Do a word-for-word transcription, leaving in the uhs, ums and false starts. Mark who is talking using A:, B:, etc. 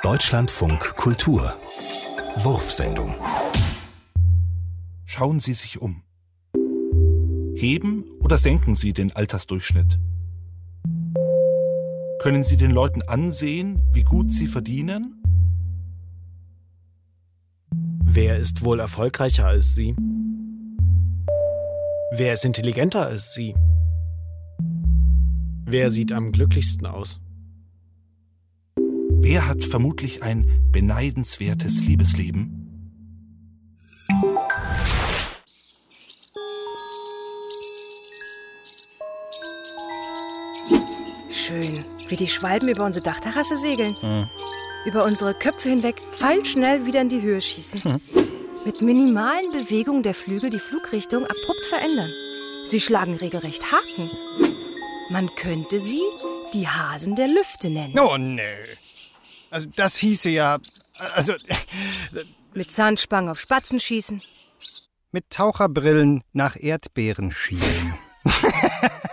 A: Deutschlandfunk Kultur Wurfsendung.
B: Schauen Sie sich um. Heben oder senken Sie den Altersdurchschnitt? Können Sie den Leuten ansehen, wie gut sie verdienen?
C: Wer ist wohl erfolgreicher als Sie? Wer ist intelligenter als Sie? Wer sieht am glücklichsten aus?
B: Wer hat vermutlich ein beneidenswertes Liebesleben?
D: Schön, wie die Schwalben über unsere Dachterrasse segeln.
E: Hm.
D: Über unsere Köpfe hinweg pfeilschnell wieder in die Höhe schießen.
E: Hm.
D: Mit minimalen Bewegungen der Flügel die Flugrichtung abrupt verändern. Sie schlagen regelrecht Haken. Man könnte sie die Hasen der Lüfte nennen.
E: Oh, nee. Also das hieße ja... Also...
D: Mit Zandspangen auf Spatzen schießen.
E: Mit Taucherbrillen nach Erdbeeren schielen.